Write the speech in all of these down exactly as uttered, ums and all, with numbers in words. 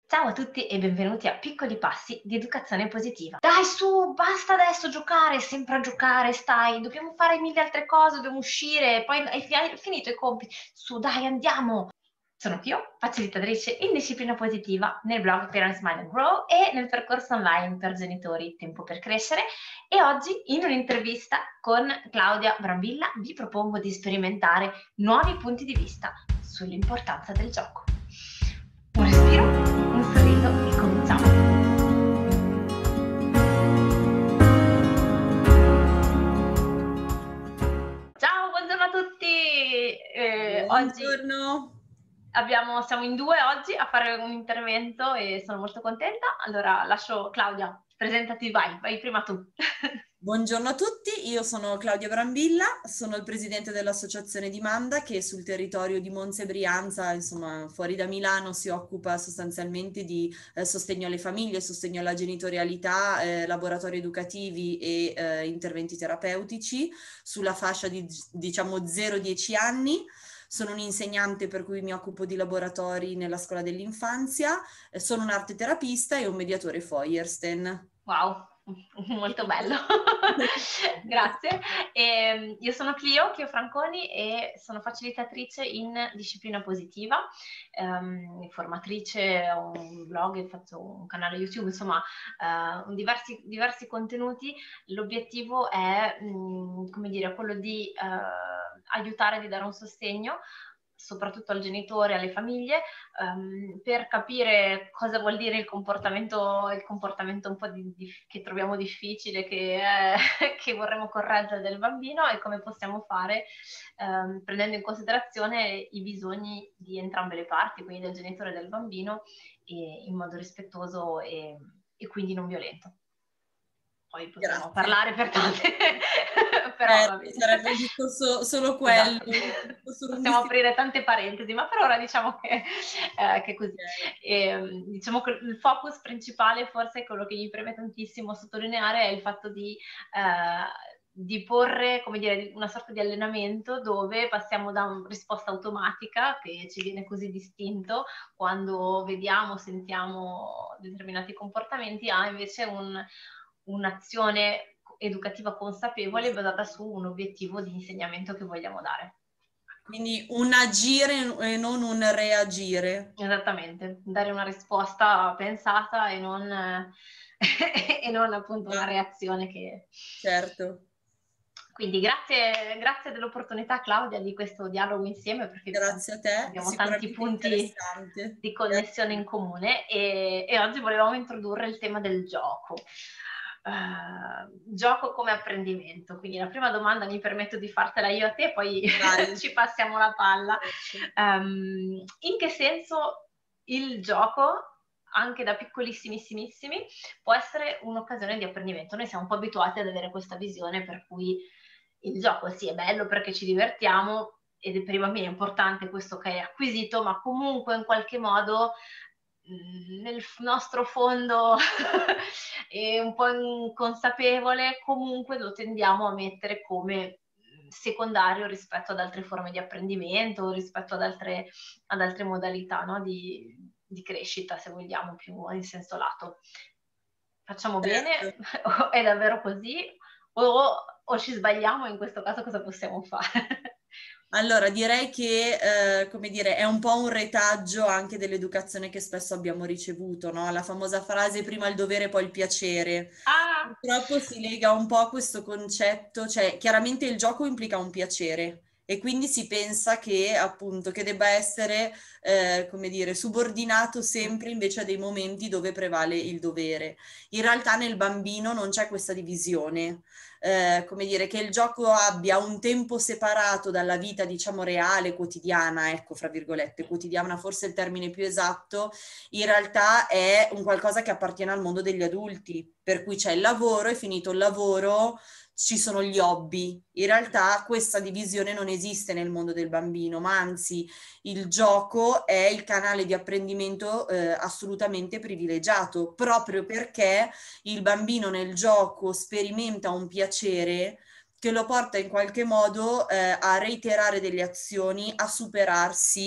Ciao a tutti e benvenuti a Piccoli Passi di Educazione Positiva. Dai su, basta adesso giocare, sempre a giocare stai, dobbiamo fare mille altre cose, dobbiamo uscire, poi hai fi hai finito i compiti. Su dai, andiamo! Sono Pio, facilitatrice in disciplina positiva nel blog Parents Mind and Grow e nel percorso online per genitori Tempo per Crescere, e oggi in un'intervista con Claudia Brambilla vi propongo di sperimentare nuovi punti di vista sull'importanza del gioco. Un respiro, un sorriso e cominciamo. Ciao, buongiorno a tutti! Eh, oggi Buongiorno. abbiamo, siamo in due oggi a fare un intervento e sono molto contenta. Allora lascio Claudia, presentati, vai, vai prima tu. Buongiorno a tutti, io sono Claudia Brambilla, sono il presidente dell'associazione di Manda che sul territorio di Monza e Brianza, insomma fuori da Milano, si occupa sostanzialmente di eh, sostegno alle famiglie, sostegno alla genitorialità, eh, laboratori educativi e eh, interventi terapeutici sulla fascia di diciamo zero dieci anni. Sono un'insegnante per cui mi occupo di laboratori nella scuola dell'infanzia, eh, sono un arte terapista e un mediatore Feuerstein. Wow, molto bello. Grazie. E, io sono Clio, Clio Franconi e sono facilitatrice in disciplina positiva, ehm, formatrice, ho un blog, faccio un canale YouTube, insomma, eh, diversi, diversi contenuti. L'obiettivo è, mh, come dire, quello di eh, aiutare, di dare un sostegno soprattutto al genitore, alle famiglie, um, per capire cosa vuol dire il comportamento, il comportamento un po' di, di, che troviamo difficile, che, eh, che vorremmo correggere del bambino, e come possiamo fare um, prendendo in considerazione i bisogni di entrambe le parti, quindi del genitore e del bambino, e in modo rispettoso e, e quindi non violento. Poi potremmo Grazie. parlare per tante, però Eh, va bene. sarebbe un discorso solo quello. Esatto. Solo un Possiamo discorso. aprire tante parentesi, ma per ora diciamo che, eh, che è così. E, diciamo che il focus principale, forse quello che mi preme tantissimo sottolineare, è il fatto di, eh, di porre, come dire, una sorta di allenamento dove passiamo da una risposta automatica che ci viene così distinto quando vediamo, sentiamo determinati comportamenti, a invece un, un'azione educativa consapevole basata su un obiettivo di insegnamento che vogliamo dare. Quindi un agire e non un reagire. Esattamente, dare una risposta pensata e non, e non appunto una reazione che... Certo. Quindi grazie, grazie dell'opportunità, Claudia, di questo dialogo insieme, perché Grazie a te, è abbiamo tanti sicuramente punti interessante. di connessione in comune, e, e oggi volevamo introdurre il tema del gioco. Uh, gioco come apprendimento. Quindi la prima domanda mi permetto di fartela io a te, poi ci passiamo la palla. Um, in che senso il gioco, anche da piccolissimissimi, può essere un'occasione di apprendimento? Noi siamo un po' abituati ad avere questa visione per cui il gioco sì è bello perché ci divertiamo ed è per i bambini è importante questo che è acquisito, ma comunque in qualche modo nel nostro fondo è un po' inconsapevole, comunque lo tendiamo a mettere come secondario rispetto ad altre forme di apprendimento, rispetto ad altre, ad altre modalità, no? di, di crescita, se vogliamo, più in senso lato. Facciamo bene? Certo. È davvero così? O, o ci sbagliamo? In questo caso cosa possiamo fare? Allora, direi che, eh, come dire, è un po' un retaggio anche dell'educazione che spesso abbiamo ricevuto, no? La famosa frase prima il dovere, poi il piacere. Ah! Purtroppo si lega un po' a questo concetto, cioè chiaramente il gioco implica un piacere e quindi si pensa che appunto che debba essere, eh, come dire, subordinato sempre invece a dei momenti dove prevale il dovere. In realtà nel bambino non c'è questa divisione. Eh, come dire, che il gioco abbia un tempo separato dalla vita, diciamo, reale, quotidiana, ecco, fra virgolette, quotidiana forse è il termine più esatto, in realtà è un qualcosa che appartiene al mondo degli adulti, per cui c'è il lavoro, è finito il lavoro, ci sono gli hobby. In realtà questa divisione non esiste nel mondo del bambino, ma anzi il gioco è il canale di apprendimento eh, assolutamente privilegiato, proprio perché il bambino nel gioco sperimenta un piacere che lo porta in qualche modo eh, a reiterare delle azioni, a superarsi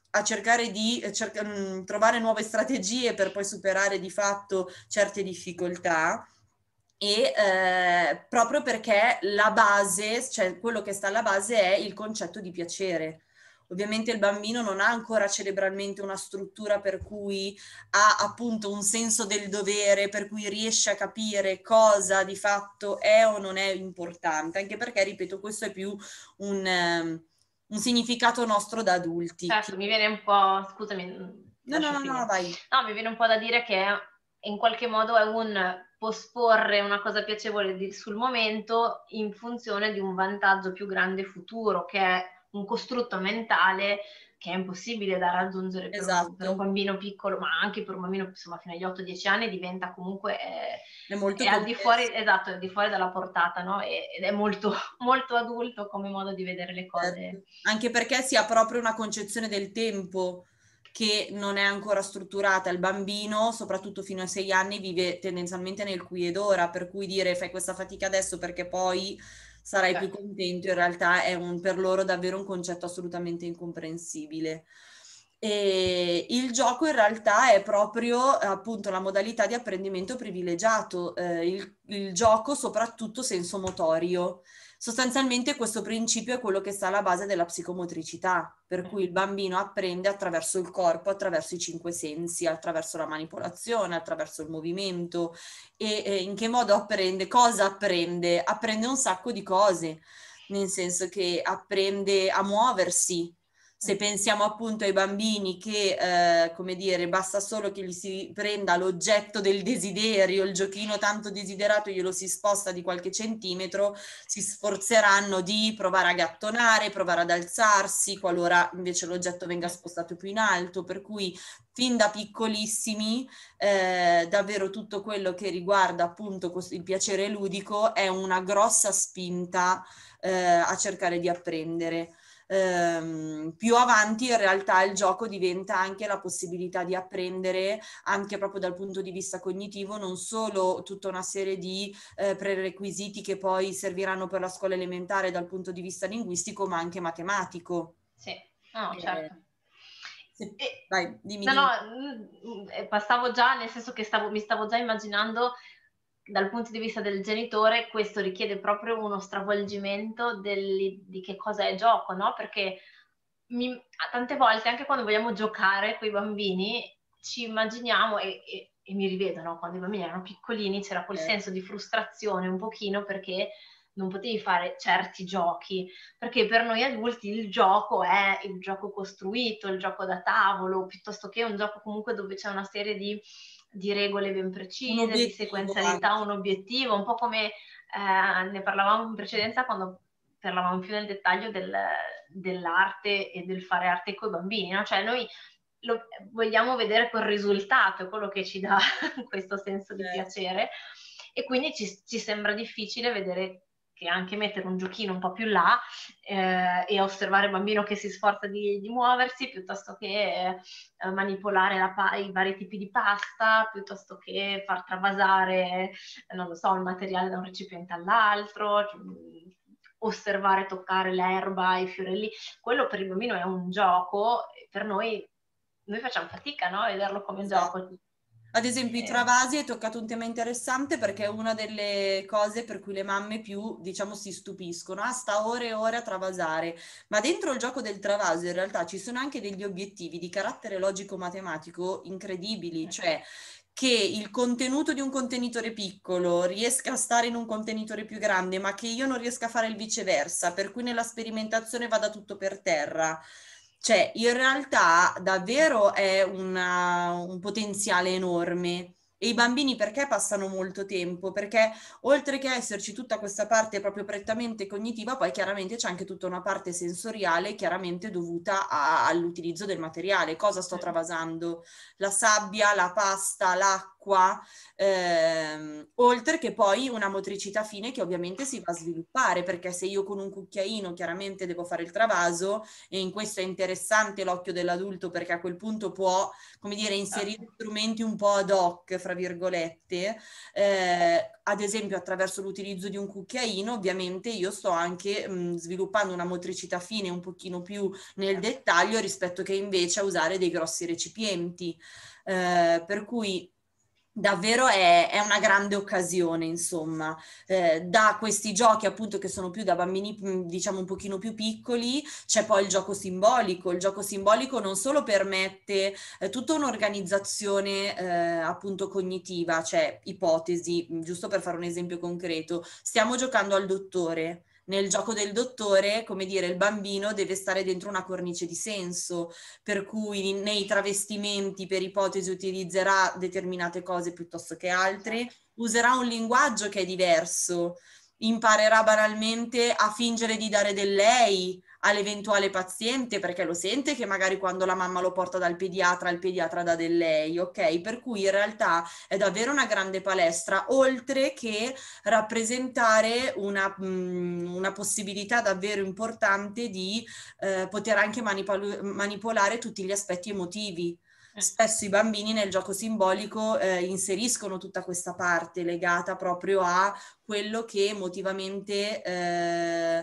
a cercare di cerca, mh, trovare nuove strategie per poi superare di fatto certe difficoltà. E eh, proprio perché la base, cioè quello che sta alla base è il concetto di piacere. Ovviamente il bambino non ha ancora cerebralmente una struttura per cui ha appunto un senso del dovere, per cui riesce a capire cosa di fatto è o non è importante, anche perché, ripeto, questo è più un, um, un significato nostro da adulti. Certo, mi viene un po', scusami, No, no, lascio no, no, finire. vai. No, mi viene un po' da dire che in qualche modo è un posporre una cosa piacevole di, sul momento in funzione di un vantaggio più grande futuro, che è un costrutto mentale che è impossibile da raggiungere per, Esatto. un, per un bambino piccolo, ma anche per un bambino insomma fino agli otto dieci anni diventa comunque eh, è molto è al di fuori, esatto, è al di fuori dalla portata, no? E, ed è molto, molto adulto come modo di vedere le cose. Certo. Anche perché si ha proprio una concezione del tempo che non è ancora strutturata. Il bambino, soprattutto fino ai sei anni, vive tendenzialmente nel qui ed ora, per cui dire fai questa fatica adesso perché poi sarai Certo. più contento, in realtà è un, per loro davvero un concetto assolutamente incomprensibile. E il gioco in realtà è proprio appunto la modalità di apprendimento privilegiato, eh, il, il gioco soprattutto sensomotorio. Sostanzialmente questo principio è quello che sta alla base della psicomotricità, per cui il bambino apprende attraverso il corpo, attraverso i cinque sensi, attraverso la manipolazione, attraverso il movimento. E, e in che modo apprende? Cosa apprende? Apprende un sacco di cose, nel senso che apprende a muoversi. Se pensiamo appunto ai bambini che, eh, come dire, basta solo che gli si prenda l'oggetto del desiderio, il giochino tanto desiderato, glielo si sposta di qualche centimetro, si sforzeranno di provare a gattonare, provare ad alzarsi, qualora invece l'oggetto venga spostato più in alto, per cui fin da piccolissimi eh, davvero tutto quello che riguarda appunto il piacere ludico è una grossa spinta eh, a cercare di apprendere. Um, più avanti in realtà il gioco diventa anche la possibilità di apprendere anche proprio dal punto di vista cognitivo non solo tutta una serie di eh, prerequisiti che poi serviranno per la scuola elementare dal punto di vista linguistico ma anche matematico. Sì, no, eh, certo. se... E, Vai, dimmi, no, dimmi. no, passavo già, nel senso che stavo, mi stavo già immaginando dal punto di vista del genitore, questo richiede proprio uno stravolgimento del, di che cosa è gioco, no? Perché mi, tante volte, anche quando vogliamo giocare con i bambini, ci immaginiamo, e, e, e mi rivedo, no? Quando i bambini erano piccolini c'era quel Eh. senso di frustrazione un pochino perché non potevi fare certi giochi, perché per noi adulti il gioco è il gioco costruito, il gioco da tavolo, piuttosto che un gioco comunque dove c'è una serie di di regole ben precise, di sequenzialità, anche. Un obiettivo, un po' come eh, ne parlavamo in precedenza quando parlavamo più nel dettaglio del, dell'arte e del fare arte con i bambini, no? Cioè noi lo, vogliamo vedere quel risultato, è quello che ci dà questo senso di eh. piacere e quindi ci, ci sembra difficile vedere che anche mettere un giochino un po' più là eh, e osservare il bambino che si sforza di, di muoversi piuttosto che eh, manipolare la pa- i vari tipi di pasta, piuttosto che far travasare, non lo so, il materiale da un recipiente all'altro, cioè, osservare, toccare l'erba, i fiorelli. Quello per il bambino è un gioco, per noi, noi facciamo fatica, no? A vederlo come esatto. gioco. Ad esempio, i travasi hai toccato un tema interessante perché è una delle cose per cui le mamme più, diciamo, si stupiscono. Ah, sta ore e ore a travasare. Ma dentro il gioco del travaso in realtà ci sono anche degli obiettivi di carattere logico-matematico incredibili, cioè che il contenuto di un contenitore piccolo riesca a stare in un contenitore più grande, ma che io non riesca a fare il viceversa, per cui nella sperimentazione vada tutto per terra. Cioè, in realtà davvero è una, un potenziale enorme. E i bambini perché passano molto tempo? Perché oltre che esserci tutta questa parte proprio prettamente cognitiva, poi chiaramente c'è anche tutta una parte sensoriale chiaramente dovuta a, all'utilizzo del materiale. Cosa sto travasando? La sabbia, la pasta, l'acqua, l'acqua, ehm, oltre che poi una motricità fine che ovviamente si va a sviluppare, perché se io con un cucchiaino chiaramente devo fare il travaso, e in questo è interessante l'occhio dell'adulto, perché a quel punto può, come dire, inserire strumenti un po' ad hoc, fra virgolette, eh, ad esempio attraverso l'utilizzo di un cucchiaino, ovviamente io sto anche mh, sviluppando una motricità fine un pochino più nel dettaglio rispetto che invece a usare dei grossi recipienti. Eh, per cui davvero è, è una grande occasione, insomma, eh, da questi giochi appunto che sono più da bambini, diciamo un pochino più piccoli, c'è poi il gioco simbolico. Il gioco simbolico non solo permette eh, tutta un'organizzazione eh, appunto cognitiva, cioè ipotesi, giusto per fare un esempio concreto, stiamo giocando al dottore. Nel gioco del dottore, come dire, il bambino deve stare dentro una cornice di senso, per cui nei travestimenti per ipotesi utilizzerà determinate cose piuttosto che altre, userà un linguaggio che è diverso, imparerà banalmente a fingere di dare del lei all'eventuale paziente perché lo sente che magari quando la mamma lo porta dal pediatra, il pediatra dà del lei, ok? Per cui in realtà è davvero una grande palestra, oltre che rappresentare una, mh, una possibilità davvero importante di eh, poter anche manipol- manipolare tutti gli aspetti emotivi. Spesso i bambini nel gioco simbolico eh, inseriscono tutta questa parte legata proprio a quello che emotivamente eh,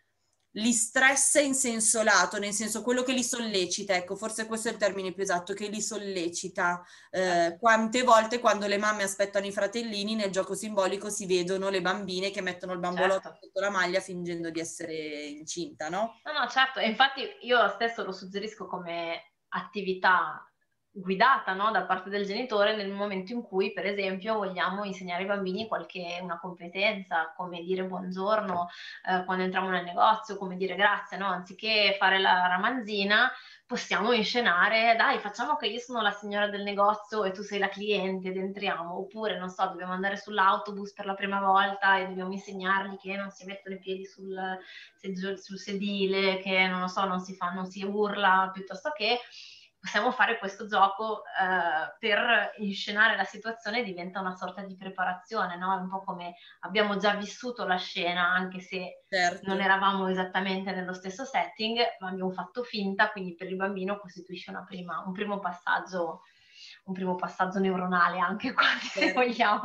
li stressa in senso lato, nel senso quello che li sollecita, ecco, forse questo è il termine più esatto, che li sollecita. Eh, quante volte quando le mamme aspettano i fratellini nel gioco simbolico si vedono le bambine che mettono il bambolotto certo. sotto la maglia fingendo di essere incinta, no? No, no, certo, e infatti io stesso lo suggerisco come attività guidata, no, da parte del genitore nel momento in cui, per esempio, vogliamo insegnare ai bambini qualche una competenza, come dire buongiorno eh, quando entriamo nel negozio, come dire grazie, no? Anziché fare la ramanzina, possiamo inscenare, dai, facciamo che io sono la signora del negozio e tu sei la cliente ed entriamo, oppure, non so, dobbiamo andare sull'autobus per la prima volta e dobbiamo insegnargli che non si mettono i piedi sul, sul sedile, che non lo so, non si fa, non si urla, piuttosto che possiamo fare questo gioco eh, per inscenare la situazione, diventa una sorta di preparazione, no? È un po' come abbiamo già vissuto la scena, anche se Certo. non eravamo esattamente nello stesso setting, ma abbiamo fatto finta, quindi per il bambino costituisce una prima, un primo passaggio un primo passaggio neuronale anche quasi, se Certo. vogliamo.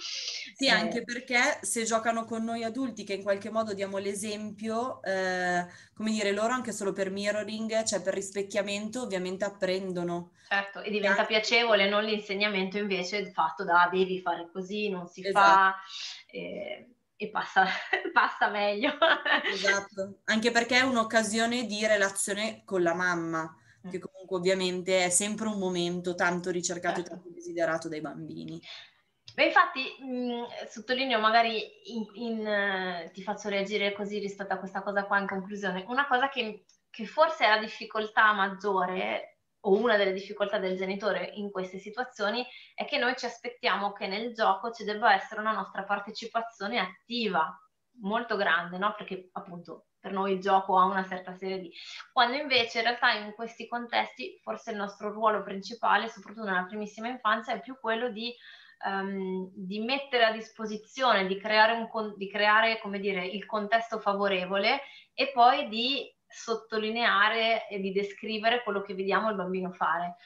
Sì, Eh, anche perché se giocano con noi adulti, che in qualche modo diamo l'esempio, eh, come dire, loro anche solo per mirroring, cioè per rispecchiamento, ovviamente apprendono. certo, e E diventa anche- piacevole, non l'insegnamento invece fatto da devi fare così, non si Esatto, fa, eh, e passa, passa meglio. esatto. Anche perché è un'occasione di relazione con la mamma, che comunque ovviamente è sempre un momento tanto ricercato e Certo. tanto desiderato dai bambini. Beh, infatti, mh, sottolineo magari in, in, eh, ti faccio reagire così rispetto a questa cosa qua in conclusione. Una cosa che, che forse è la difficoltà maggiore o una delle difficoltà del genitore in queste situazioni è che noi ci aspettiamo che nel gioco ci debba essere una nostra partecipazione attiva molto grande, no? Perché appunto per noi il gioco ha una certa serie di... Quando invece in realtà in questi contesti forse il nostro ruolo principale, soprattutto nella primissima infanzia, è più quello di Um, di mettere a disposizione, di creare, un, di creare come dire, il contesto favorevole e poi di sottolineare e di descrivere quello che vediamo il bambino fare,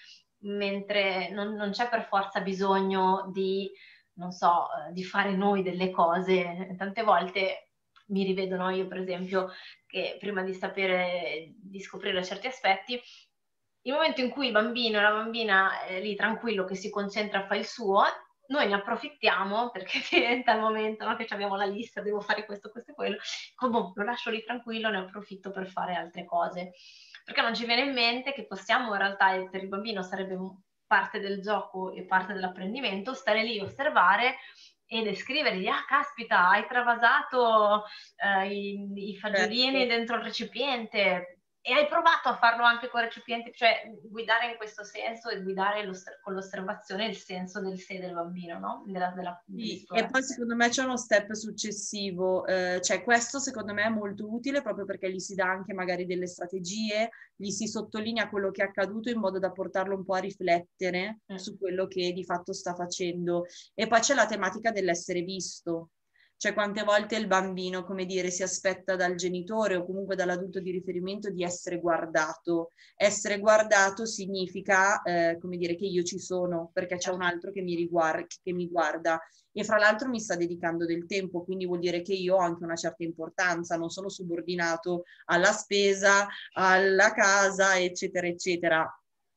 mentre non, non c'è per forza bisogno di, non so, di fare noi delle cose. Tante volte mi rivedono io, per esempio, che prima di sapere, di scoprire certi aspetti, il momento in cui il bambino e la bambina è lì tranquillo che si concentra a fare il suo, noi ne approfittiamo perché diventa il momento, no, che abbiamo la lista, devo fare questo, questo e quello, boh, lo lascio lì tranquillo, ne approfitto per fare altre cose. Perché non ci viene in mente che possiamo in realtà, e per il bambino sarebbe parte del gioco e parte dell'apprendimento, stare lì, osservare e descrivergli, ah caspita, hai travasato eh, i, i fagiolini Certo. dentro il recipiente, e hai provato a farlo anche con recipienti, cioè guidare in questo senso e guidare con l'osservazione il senso del sé del bambino, no? Della, della, sì, e poi secondo me c'è uno step successivo, eh, cioè questo secondo me è molto utile proprio perché gli si dà anche magari delle strategie, gli si sottolinea quello che è accaduto in modo da portarlo un po' a riflettere mm. su quello che di fatto sta facendo. E poi c'è la tematica dell'essere visto. Cioè quante volte il bambino, come dire, si aspetta dal genitore o comunque dall'adulto di riferimento di essere guardato. Essere guardato significa, eh, come dire, che io ci sono, perché c'è un altro che mi, riguarda, che mi guarda. E fra l'altro mi sta dedicando del tempo, quindi vuol dire che io ho anche una certa importanza, non sono subordinato alla spesa, alla casa, eccetera, eccetera.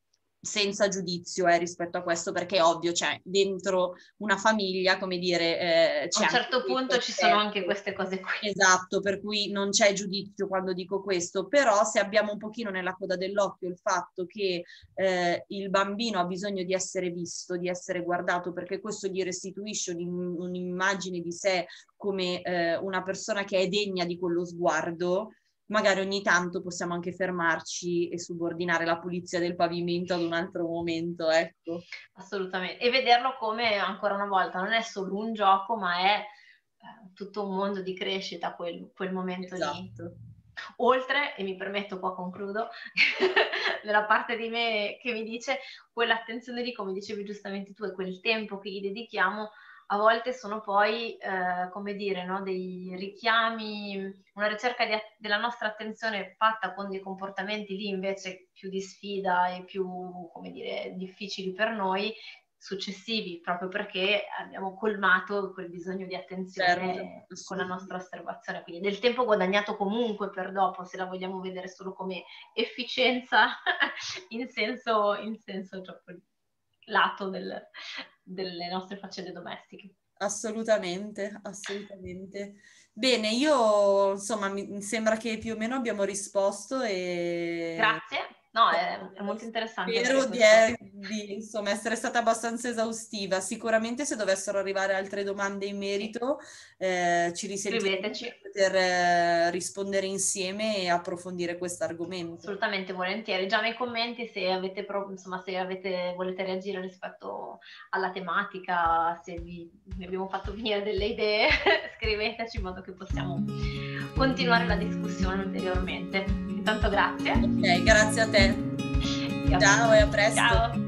Senza giudizio eh, rispetto a questo, perché è ovvio, cioè dentro una famiglia, come dire, eh, c'è a un certo punto ci sono anche queste cose qui. Esatto, per cui non c'è giudizio quando dico questo, però se abbiamo un pochino nella coda dell'occhio il fatto che eh, il bambino ha bisogno di essere visto, di essere guardato, perché questo gli restituisce un, un'immagine di sé come eh, una persona che è degna di quello sguardo, magari ogni tanto possiamo anche fermarci e subordinare la pulizia del pavimento ad un altro momento, ecco. Assolutamente, e vederlo come, ancora una volta, non è solo un gioco, ma è eh, tutto un mondo di crescita quel, quel momento esatto. lì. Oltre, e mi permetto, qua concludo, nella parte di me che mi dice quell'attenzione lì, come dicevi giustamente tu, e quel tempo che gli dedichiamo, a volte sono poi, eh, come dire, no, dei richiami, una ricerca di, della nostra attenzione fatta con dei comportamenti lì invece più di sfida e più, come dire, difficili per noi, successivi, proprio perché abbiamo colmato quel bisogno di attenzione certo, con la nostra osservazione. Quindi del tempo guadagnato comunque per dopo, se la vogliamo vedere solo come efficienza in senso, in senso proprio lato del, delle nostre faccende domestiche. Assolutamente, assolutamente. Bene, io insomma mi sembra che più o meno abbiamo risposto e... Grazie. No, è, è molto interessante. Spero di, è, di insomma, essere stata abbastanza esaustiva. Sicuramente se dovessero arrivare altre domande in merito, eh, ci risentiremo per poter eh, rispondere insieme e approfondire questo argomento. Assolutamente volentieri. Già nei commenti, se avete, insomma, se avete, volete reagire rispetto alla tematica, se vi, vi abbiamo fatto venire delle idee, scriveteci in modo che possiamo continuare la discussione ulteriormente. Intanto grazie. Ok, grazie a te. Ciao e a presto. Ciao.